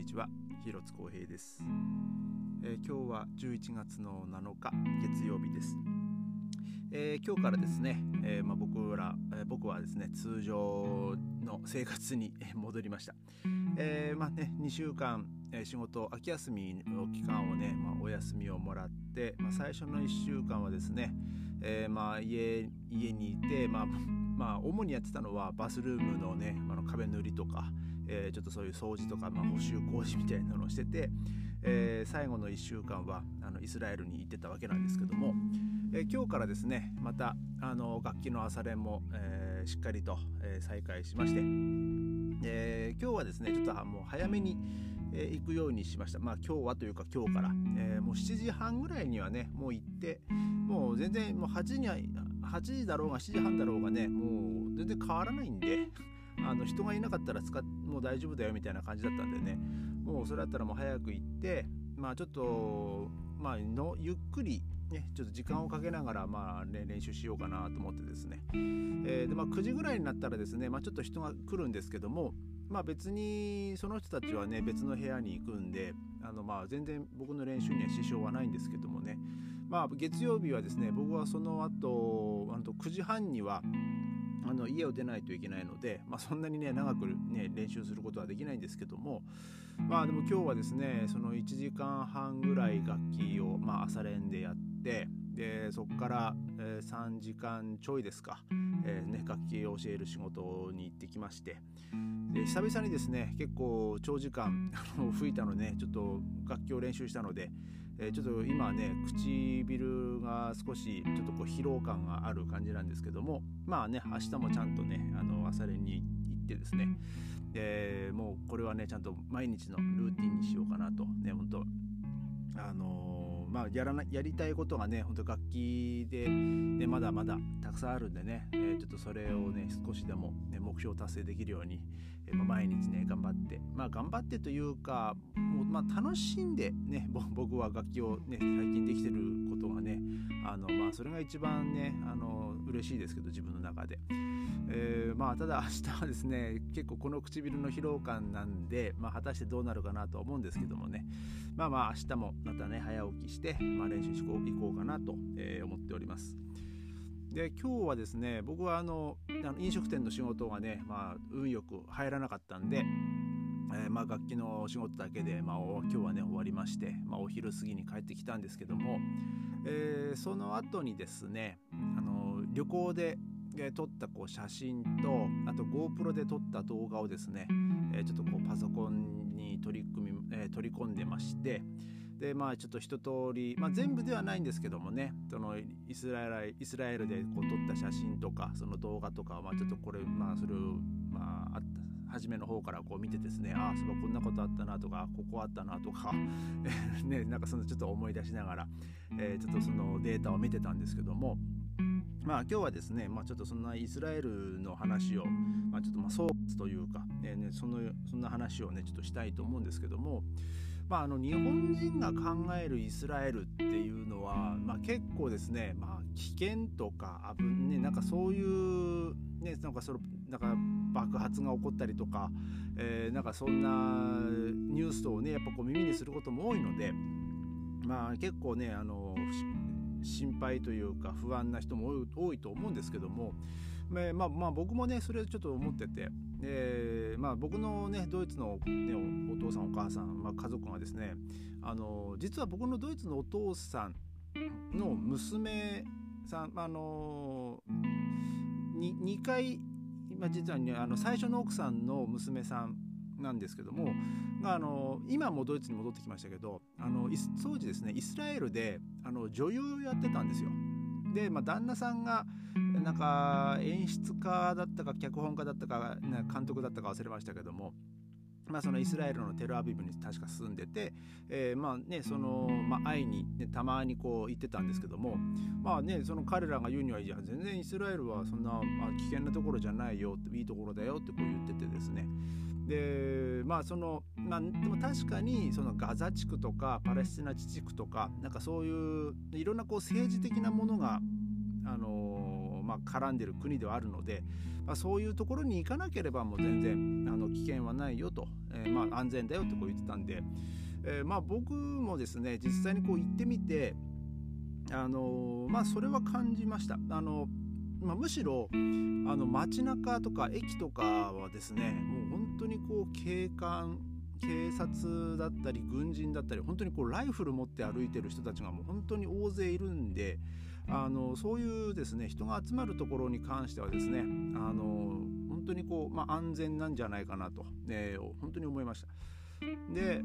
ちは、広津光平です。今日は11月の7日月曜日です。今日からですね、僕はですね通常の生活に戻りました。2週間、仕事秋休みの期間をね、お休みをもらって、最初の1週間はですね、家にいて、主にやってたのはバスルームのね壁塗りとか、ちょっとそういう掃除とか、補修工事みたいなのをしてて、最後の1週間はイスラエルに行ってたわけなんですけども、今日からですねまた楽器の朝練も、しっかりと、再開しまして、今日はですねちょっともう早めに、行くようにしました。今日はというか今日から、もう7時半ぐらいにはねもう行って、もう全然もう8時だろうが7時半だろうがねもう全然変わらないんで人がいなかったらもう大丈夫だよみたいな感じだったんでね、もうそれだったらもう早く行って、ちょっとゆっくりねちょっと時間をかけながら練習しようかなと思ってですね、で9時ぐらいになったらですねちょっと人が来るんですけども、別にその人たちはね別の部屋に行くんで全然僕の練習には支障はないんですけどもね、月曜日はですね僕はその後9時半には家を出ないといけないので、そんなにね長くね練習することはできないんですけども、でも今日はですねその1時間半ぐらい楽器を朝練でやって、でそこから、3時間ちょいですか、楽器を教える仕事に行ってきまして、で久々にですね結構長時間吹いたので、ちょっと楽器を練習したので、ちょっと今はね唇が少しちょっと疲労感がある感じなんですけども、明日もちゃんとね朝練に行ってですね、もうこれはねちゃんと毎日のルーティンにしようかなとね、本当やりたいことがね本当楽器で、まだまだたくさんあるんでね、ちょっとそれをね少しでも、目標達成できるように、毎日ね頑張ってというかもう楽しんでね僕は楽器をね最近できてることがねそれが一番ね嬉しいですけど自分の中で、ただ明日はですね結構この唇の疲労感なんで、果たしてどうなるかなとは思うんですけどもね、明日もまたね早起きして、練習行こうかなと、思っております。で今日はですね僕は飲食店の仕事がね、運よく入らなかったんで、楽器の仕事だけで、今日はね終わりまして、お昼過ぎに帰ってきたんですけども、その後にですね旅行で撮った写真と、あと GoPro で撮った動画をですね、ちょっとパソコンに取り込んでまして、でちょっと一通り、全部ではないんですけどもね、そのイスラエルで撮った写真とかその動画とかちょっとこれそれを初めの方から見てですね、そういえばこんなことあったなとかここあったなとかね、そのちょっと思い出しながら、ちょっとそのデータを見てたんですけども、今日はですね、ちょっとそんなイスラエルの話を、ちょっと総括というか、そんな話をねちょっとしたいと思うんですけども、日本人が考えるイスラエルっていうのは、結構ですね、危険とかそういうね爆発が起こったりとか、そんなニュースをねやっぱ耳にすることも多いので、結構ね心配というか不安な人も多いと思うんですけども、僕もねそれちょっと思ってて、僕のねドイツの、お父さんお母さん、家族がですね実は僕のドイツのお父さんの娘さん、2回、実は、ね、最初の奥さんの娘さんなんですけども、今もドイツに戻ってきましたけど、当時ですねイスラエルで女優をやってたんですよ。で、旦那さんが演出家だったか脚本家だったか監督だったか忘れましたけども、そのイスラエルのテルアビブに確か住んでて、会いに、たまに行ってたんですけども、その彼らが言うには全然イスラエルはそんな、危険なところじゃないよって、いいところだよって言っててですね、ででも確かにそのガザ地区とかパレスチナ自治区とかそういういろんな政治的なものが絡んでる国ではあるので、そういうところに行かなければもう全然危険はないよと、安全だよってこう言ってたんで、僕もですね実際にこう行ってみてそれは感じました。むしろ街中とか駅とかはですねもう本当にこう警察だったり軍人だったり本当にこうライフル持って歩いてる人たちがもう本当に大勢いるんで、そういうですね人が集まるところに関してはですね本当にこう、安全なんじゃないかなと、本当に思いました。で、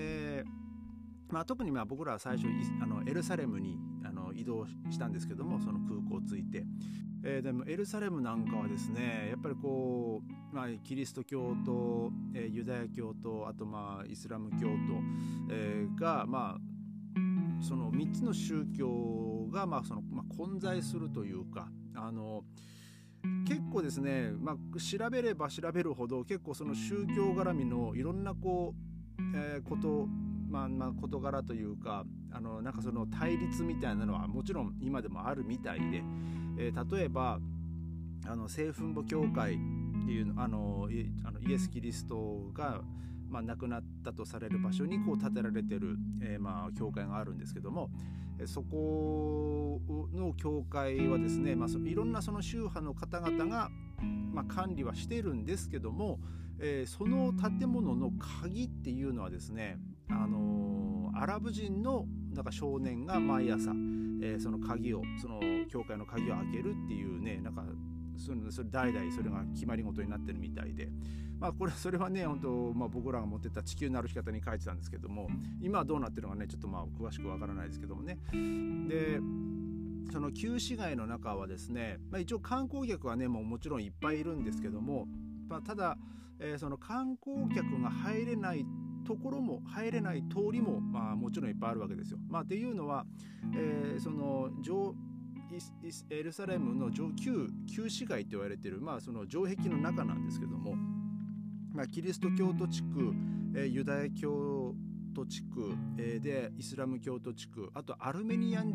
特に僕らは最初エルサレムに移動したんですけども、その空港着いて、でもエルサレムなんかはですねやっぱりこう、キリスト教と、ユダヤ教とあとイスラム教と、がその3つの宗教が混在するというか結構ですね、調べれば調べるほど結構その宗教絡みのいろんなこう、事柄というかなんかその対立みたいなのはもちろん今でもあるみたいで、例えば聖墳墓教会っていうイエス・キリストが、亡くなったとされる場所にこう建てられてる、教会があるんですけども、そこの教会はですね、いろんなその宗派の方々が、管理はしているんですけども、その建物の鍵っていうのはですねアラブ人のなんか少年が毎朝、その教会の鍵を開けるっていうねなんかそれ代々それが決まり事になってるみたいで、それはね本当、僕らが持ってた地球の歩き方に書いてたんですけども、今はどうなってるのかねちょっと詳しくわからないですけどもね。でその旧市街の中はですね、一応観光客はねもちろんいっぱいいるんですけども、ただ、その観光客が入れないところも入れない通りも、もちろんいっぱいあるわけですよ。っていうのは、そのエルサレムの旧市街と言われている、その城壁の中なんですけども、キリスト教徒地区、ユダヤ教徒地区、でイスラム教徒地区、あとアルメニア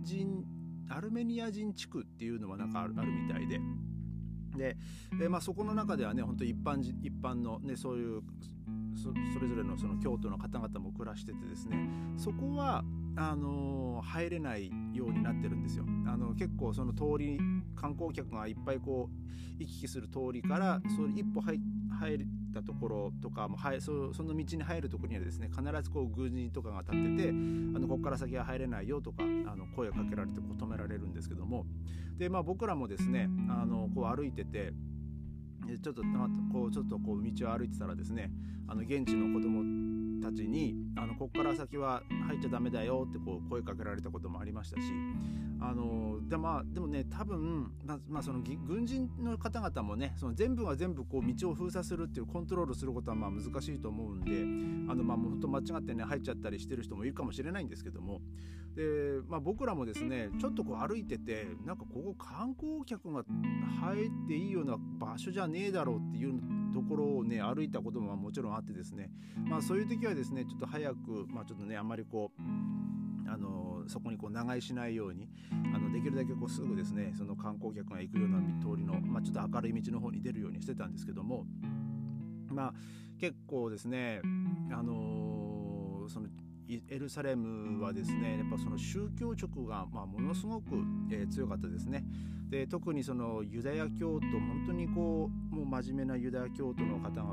人地区っていうのはなんかあるみたいで、そこの中ではね本当一般のねそういうそれぞれのその教徒の方々も暮らしててですね、そこは入れないようになってるんですよ。結構その通り観光客がいっぱいこう行き来する通りからそれ一歩入ったところとかもその道に入るところにはですね必ずこう軍人とかが立っててここから先は入れないよとか声をかけられてこう止められるんですけども、で僕らもですねこう歩いててちょっとこう道を歩いてたらですね現地の子供たちにここから先は入っちゃダメだよってこう声かけられたこともありましたし、でもね多分、その軍人の方々もねその全部が全部こう道を封鎖するっていうコントロールすることは難しいと思うんで本当間違ってね入っちゃったりしてる人もいるかもしれないんですけども、で、僕らもですねちょっとこう歩いててなんかここ観光客が入っていいような場所じゃねえだろうっていうところをね歩いたことももちろんあってですね、そういう時はですねちょっと早くちょっとねあんまりこうそこにこう長居しないようにできるだけこうすぐですねその観光客が行くような通りの、ちょっと明るい道の方に出るようにしてたんですけども、結構ですねそのエルサレムはですねやっぱその宗教色がものすごく、強かったですね。で特にそのユダヤ教徒本当にこうもう真面目なユダヤ教徒の方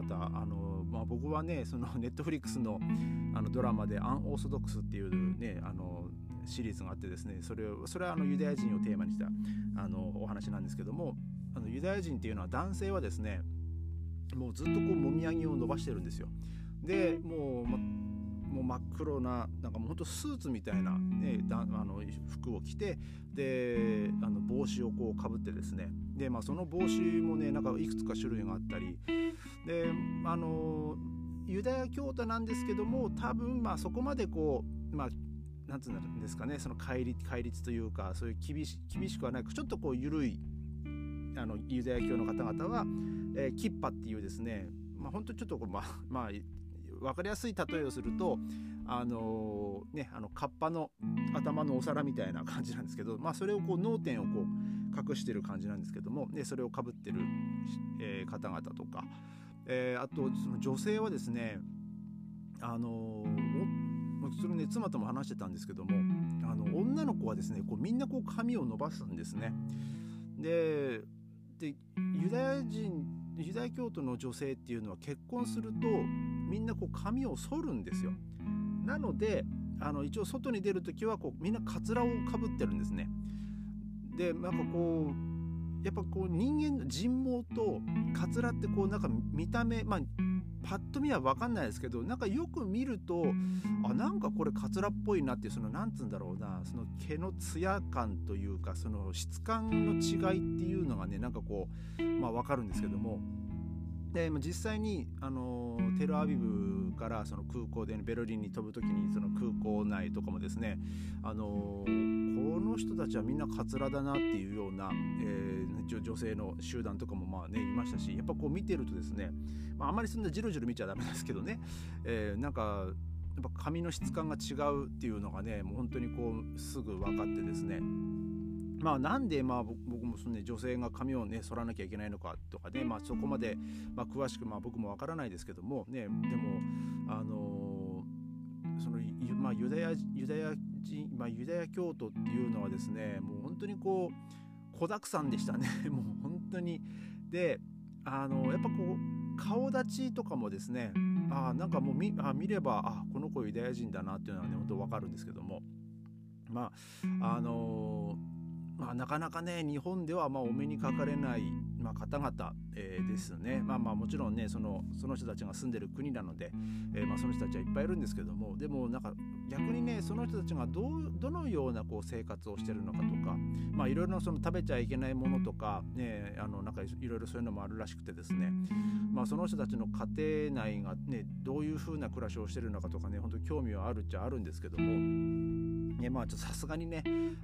々僕はねそのネットフリックスのドラマでアンオーソドックスっていうねシリーズがあってですねそれはユダヤ人をテーマにしたお話なんですけども、ユダヤ人っていうのは男性はですねもうずっとこうもみあげを伸ばしてるんですよ。でもう真っ黒ななんかもうほんとスーツみたいな、ね、服を着てで帽子をこうかぶってですねで、その帽子もねなんかいくつか種類があったりでユダヤ教徒なんですけども多分そこまでこうなんつうんですかねその戒律というかそういう厳しくはなくちょっとこう緩いユダヤ教の方々は、キッパっていうですね本当ちょっとこう分かりやすい例えをするとカッパの頭のお皿みたいな感じなんですけど、それをこう脳天をこう隠してる感じなんですけども、でそれをかぶってる、方々とか、あとその女性はですね、それね妻とも話してたんですけども、女の子はですねこうみんなこう髪を伸ばすんですね。でユダヤ教徒の女性っていうのは結婚するとみんなこう髪を剃るんですよ。なので一応外に出るときはこうみんなカツラをかぶってるんですね。でなんかこうやっぱこう人間の人毛とカツラってこうなんか見た目、パッと見は分かんないですけど、なんかよく見るとなんかこれカツラっぽいなっていう、そのなんつうんだろうな、その毛のツヤ感というかその質感の違いっていうのがねなんかこう分かるんですけども、で実際にテルアビブからその空港で、ベルリンに飛ぶときにその空港内とかもですね、この人たちはみんなカツラだなっていうような、女性の集団とかもいましたし、やっぱこう見てるとですね、あまりそんなジロジロ見ちゃダメですけどね、なんかやっぱ髪の質感が違うっていうのがねもう本当にこうすぐ分かってですね、なんで僕もその、女性が髪をね剃らなきゃいけないのかとかね、そこまで、詳しく僕もわからないですけどもね、でもそのユダヤ教徒っていうのはですねもう本当にこう子だくさんでしたねもう本当に。でやっぱこう顔立ちとかもですねなんかもう見ればこの子ユダヤ人だなっていうのはね本当わかるんですけども、なかなかね日本ではお目にかかれない、方々、ですね。もちろんねその人たちが住んでる国なので、その人たちはいっぱいいるんですけども、でもなんか逆にねその人たちがどのようなこう生活をしてるのかとか、いろいろその食べちゃいけないものとかねなんかいろいろそういうのもあるらしくてですね、その人たちの家庭内がねどういう風な暮らしをしてるのかとかね本当に興味はあるっちゃあるんですけども、ちょっとさすがにね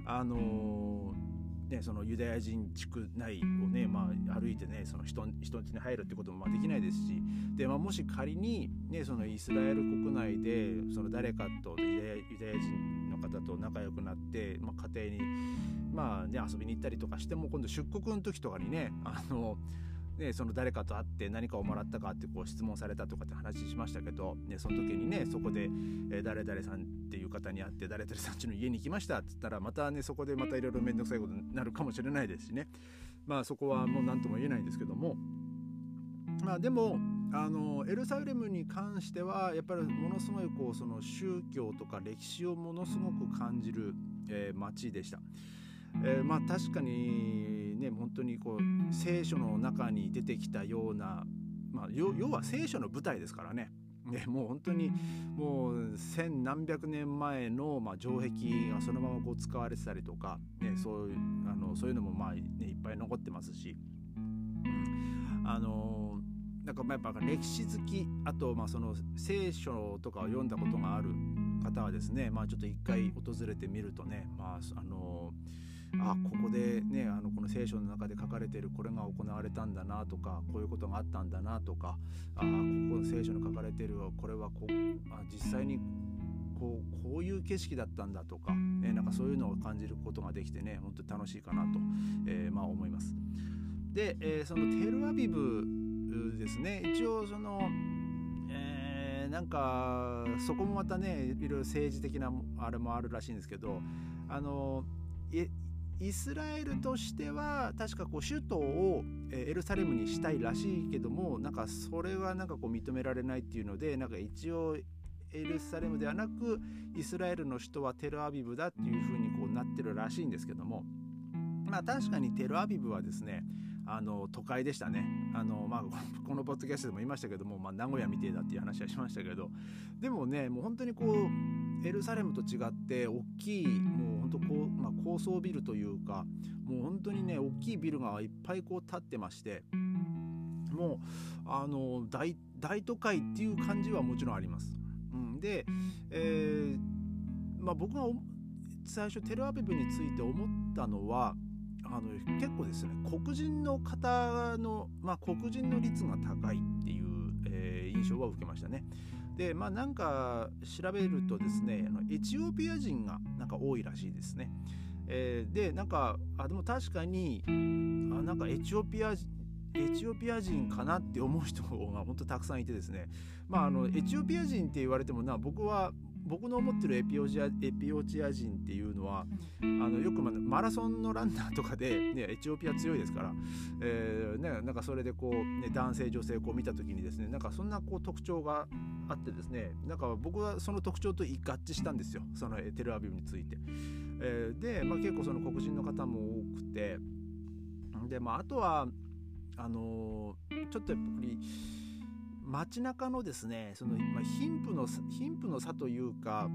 そのユダヤ人地区内をね、歩いてねその人ん家に入るってこともできないですし、で、もし仮にねそのイスラエル国内でその誰かとユダヤ人の方と仲良くなって、家庭に遊びに行ったりとかしても、今度出国の時とかにねその誰かと会って何かをもらったかってこう質問されたとかって話しましたけど、その時にねそこで、誰々さんっていう方に会って誰々さん家の家に行きましたって言ったら、またねそこでまたいろいろ面倒くさいことになるかもしれないですしね、そこはもう何とも言えないんですけども、でもエルサレムに関してはやっぱりものすごいこうその宗教とか歴史をものすごく感じる、街でした。確かにね本当にこう聖書の中に出てきたような、要は聖書の舞台ですからね。もう本当にもう千何百年前の、城壁がそのままこう使われてたりとか、そういうのもいっぱい残ってますし、なんかやっぱ歴史好き、あとその聖書とかを読んだことがある方はですね、ちょっと一回訪れてみるとね、ここでねこの聖書の中で書かれているこれが行われたんだなとか、こういうことがあったんだなとか、ここの聖書に書かれているこれは実際にこういう景色だったんだとか、なんかそういうのを感じることができてね本当に楽しいかなと、思います。で、そのテルアビブですね、一応そのなんかそこもまたねいろいろ政治的なあれもあるらしいんですけど、イスラエルとしては確かこう首都をエルサレムにしたいらしいけども、なんかそれはなんかこう認められないっていうので、なんか一応エルサレムではなくイスラエルの首都はテルアビブだっていう風にこうなってるらしいんですけども、確かにテルアビブはですね都会でしたね。このポッドキャストでも言いましたけども、名古屋みてえだっていう話はしましたけど、でもねもう本当にこうエルサレムと違って大きいもう本当高層ビルというか、もう本当にね大きいビルがいっぱいこう建ってまして、もう大都会っていう感じはもちろんあります。で、僕が最初テルアビブについて思ったのは結構ですね黒人の方の、黒人の率が高いっていう、印象は受けましたね。でなんか調べるとですねエチオピア人がなんか多いらしいですね。 でなんかでも確かになんかエチオピア人かなって思う人が本当たくさんいてですね、エチオピア人って言われても僕の思ってるエピオチア人っていうのはよくマラソンのランナーとかで、ね、エチオピア強いですから、なんかそれでこう、ね、男性女性こう見た時にですね、なんかそんなこう特徴があってですね、なんか僕はその特徴と合致したんですよ、そのテルアビブについて。で、結構その黒人の方も多くて、で、あとはちょっとやっぱり街中のですね、その、貧富の差というか、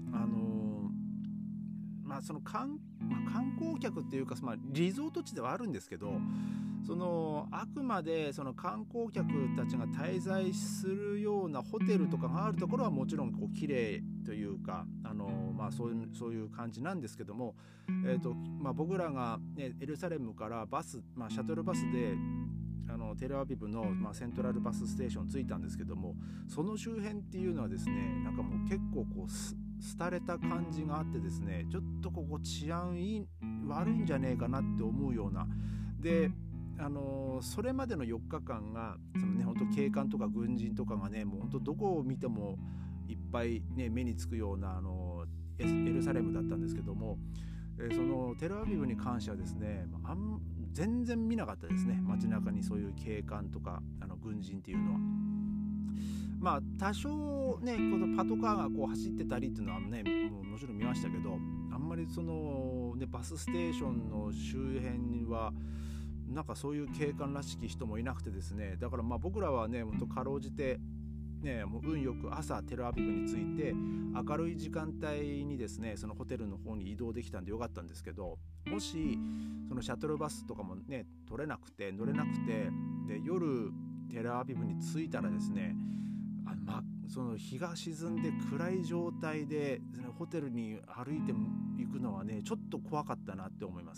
その観光客っていうか、リゾート地ではあるんですけど、そのあくまでその観光客たちが滞在するようなホテルとかがあるところはもちろんこう綺麗というか、そういう感じなんですけども、僕らが、ね、エルサレムからシャトルバスでテルアビブの、セントラルバスステーション着いたんですけども、その周辺っていうのはですね、なんかもう結構こう廃れた感じがあってですね、ちょっとここ治安悪いんじゃねえかなって思うような。でそれまでの4日間が本当警官とか軍人とかがね、もう本当どこを見てもいっぱい、ね、目につくようなエルサレムだったんですけども、そのテルアビブに関してはですね、全然見なかったですね、街中にそういう警官とか軍人っていうのは。多少ね、このパトカーがこう走ってたりっていうのはね、もちろん見ましたけど、あんまりその、ね、バスステーションの周辺にはなんかそういう警官らしき人もいなくてですね、だから僕らはね、本当かろうじてね、もう運よく朝テルアビブに着いて明るい時間帯にですね、そのホテルの方に移動できたんでよかったんですけど、もしそのシャトルバスとかもね乗れなくて、で夜テルアビブに着いたらですね、その日が沈んで暗い状態でホテルに歩いていくのはね、ちょっと怖かったなって思います。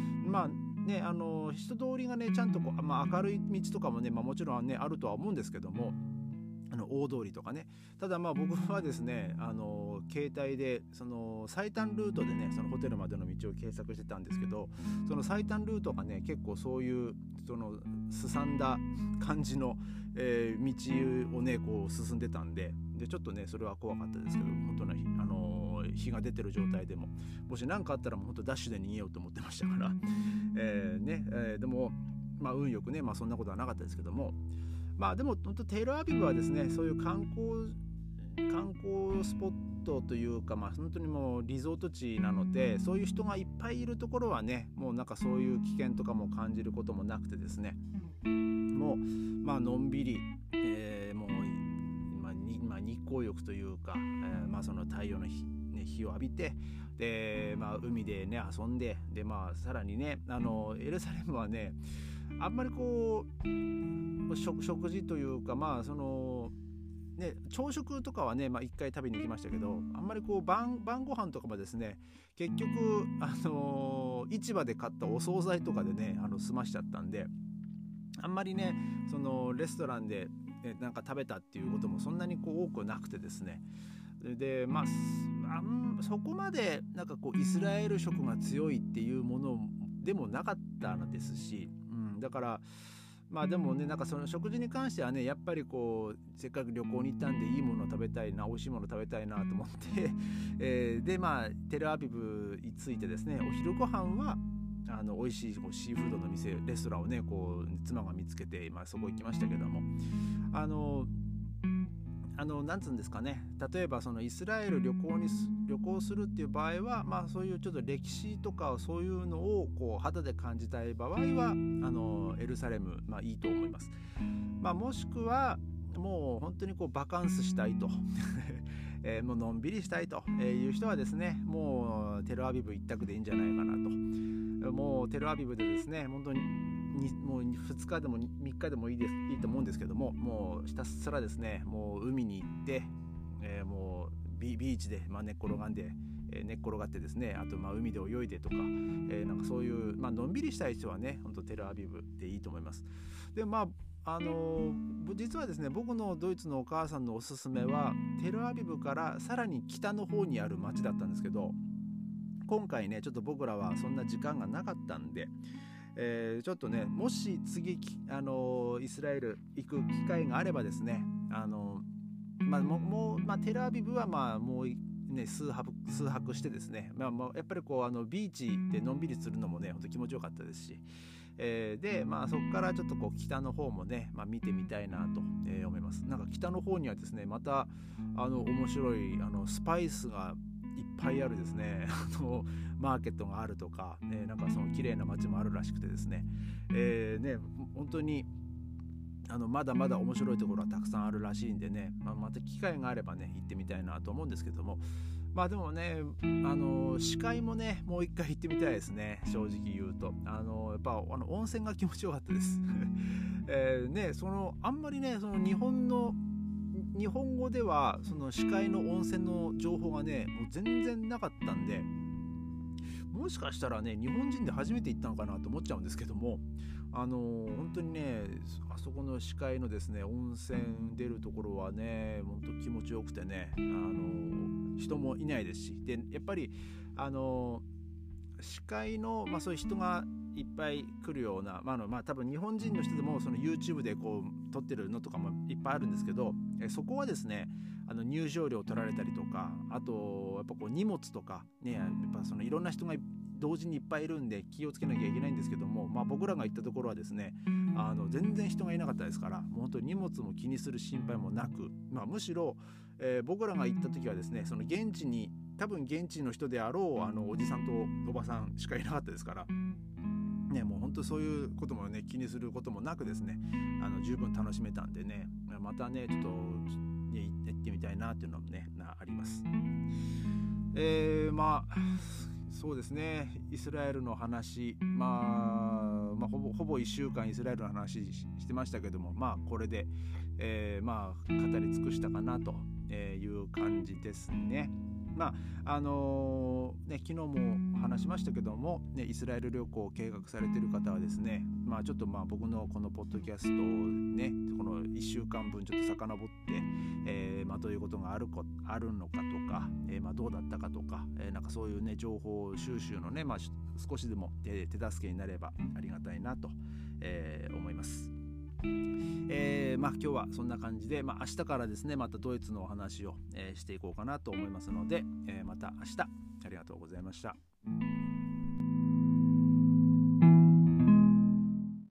人通りがねちゃんとこう、明るい道とかもね、もちろんねあるとは思うんですけども、大通りとかね。ただ僕はですね、携帯でその最短ルートでね、そのホテルまでの道を検索してたんですけど、その最短ルートがね結構そういうそのすさんだ感じの、道をねこう進んでたんで、ちょっとねそれは怖かったですけど、本当に日が出てる状態でももし何かあったらもう本当ダッシュで逃げようと思ってましたから、でも運よくね、そんなことはなかったですけども、でも本当テルアビブはですね、そういう観光スポットというか、本当にもうリゾート地なので、そういう人がいっぱいいるところはね、もうなんかそういう危険とかも感じることもなくてですね、もうのんびり、もう日光浴というか、その太陽の日を浴びて、で、海でね遊んで、でさらにねエルサレムはね、あんまりこう食事というか、そのね、朝食とかはね、一回食べに行きましたけど、あんまりこう晩ご飯とかもですね、結局市場で買ったお惣菜とかでね済ましちゃったんで、あんまりねそのレストランでなんか食べたっていうこともそんなにこう多くなくてですね、でそこまでなんかこうイスラエル食が強いっていうものでもなかったのですし、だからでもね、なんかその食事に関してはね、やっぱりこうせっかく旅行に行ったんでいいもの食べたいな、美味しいもの食べたいなと思ってでテルアビブに着いてですね、お昼ご飯は美味しいこうシーフードの店、レストランをねこう妻が見つけて、そこ行きましたけども、なんつうんですかね、例えばそのイスラエル旅行するっていう場合は、そういうちょっと歴史とかそういうのをこう肌で感じたい場合はエルサレム、いいと思います。もしくはもう本当にこうバカンスしたいともうのんびりしたいという人はですね、もうテルアビブ一択でいいんじゃないかなと。もうテルアビブでですね、本当にもう2日でも3日でもいいと思うんですけども、もうひたすらですね、もう海に行って、もうビーチで寝っ転がってですね、あと海で泳いでとか、なんかそういうのんびりしたい人はね、本当テルアビブでいいと思います。で実はですね、僕のドイツのお母さんのおすすめはテルアビブからさらに北の方にある町だったんですけど、 今回ねちょっと僕らはそんな時間がなかったんで、ちょっとねもし次イスラエル行く機会があればですね、テルアビブはもうね数泊してですね、やっぱりこうビーチでのんびりするのもね本当気持ちよかったですし、でそこからちょっとこう北の方もね、見てみたいなと、思います。なんか北の方にはですねまた面白いスパイスがいっぱいあるですねマーケットがあるとか、なんかその綺麗な街もあるらしくてですね、本当にまだまだ面白いところはたくさんあるらしいんでね、また機会があればね行ってみたいなと思うんですけども、でもね視界もねもう一回行ってみたいですね、正直言うと。やっぱ温泉が気持ちよかったですあんまりねその日本語ではその視界の温泉の情報がねもう全然なかったんで、もしかしたらね日本人で初めて行ったのかなと思っちゃうんですけども、本当にねあそこの視界のですね温泉出るところはね本当気持ちよくてね、人もいないですし、でやっぱり視界の、そういう人がいっぱい来るような、多分日本人の人でもその YouTube でこう撮ってるのとかもいっぱいあるんですけど、そこはですね入場料取られたりとか、あとやっぱこう荷物とかね、やっぱそのいろんな人が同時にいっぱいいるんで気をつけなきゃいけないんですけども、僕らが行ったところはですね全然人がいなかったですから、もう本当に荷物も気にする心配もなく、むしろ、僕らが行った時はですねその多分現地の人であろうおじさんとおばさんしかいなかったですからね、もう本当そういうこともね気にすることもなくですね十分楽しめたんでね、またねちょっと、行ってみたいなっていうのもねあります。そうですね、イスラエルの話、ほぼ1週間イスラエルの話してましたけども、これで、語り尽くしたかなという感じですね。昨日も話しましたけども、イスラエル旅行を計画されている方はですね、ちょっと僕のこのポッドキャストをねこの1週間分ちょっと遡って、どういうことがあるのかとか、どうだったかとか、なんかそういうね情報収集のね、少しでも手助けになればありがたいなと、思います。今日はそんな感じで、明日からですねまたドイツのお話を、していこうかなと思いますので、また明日ありがとうございました。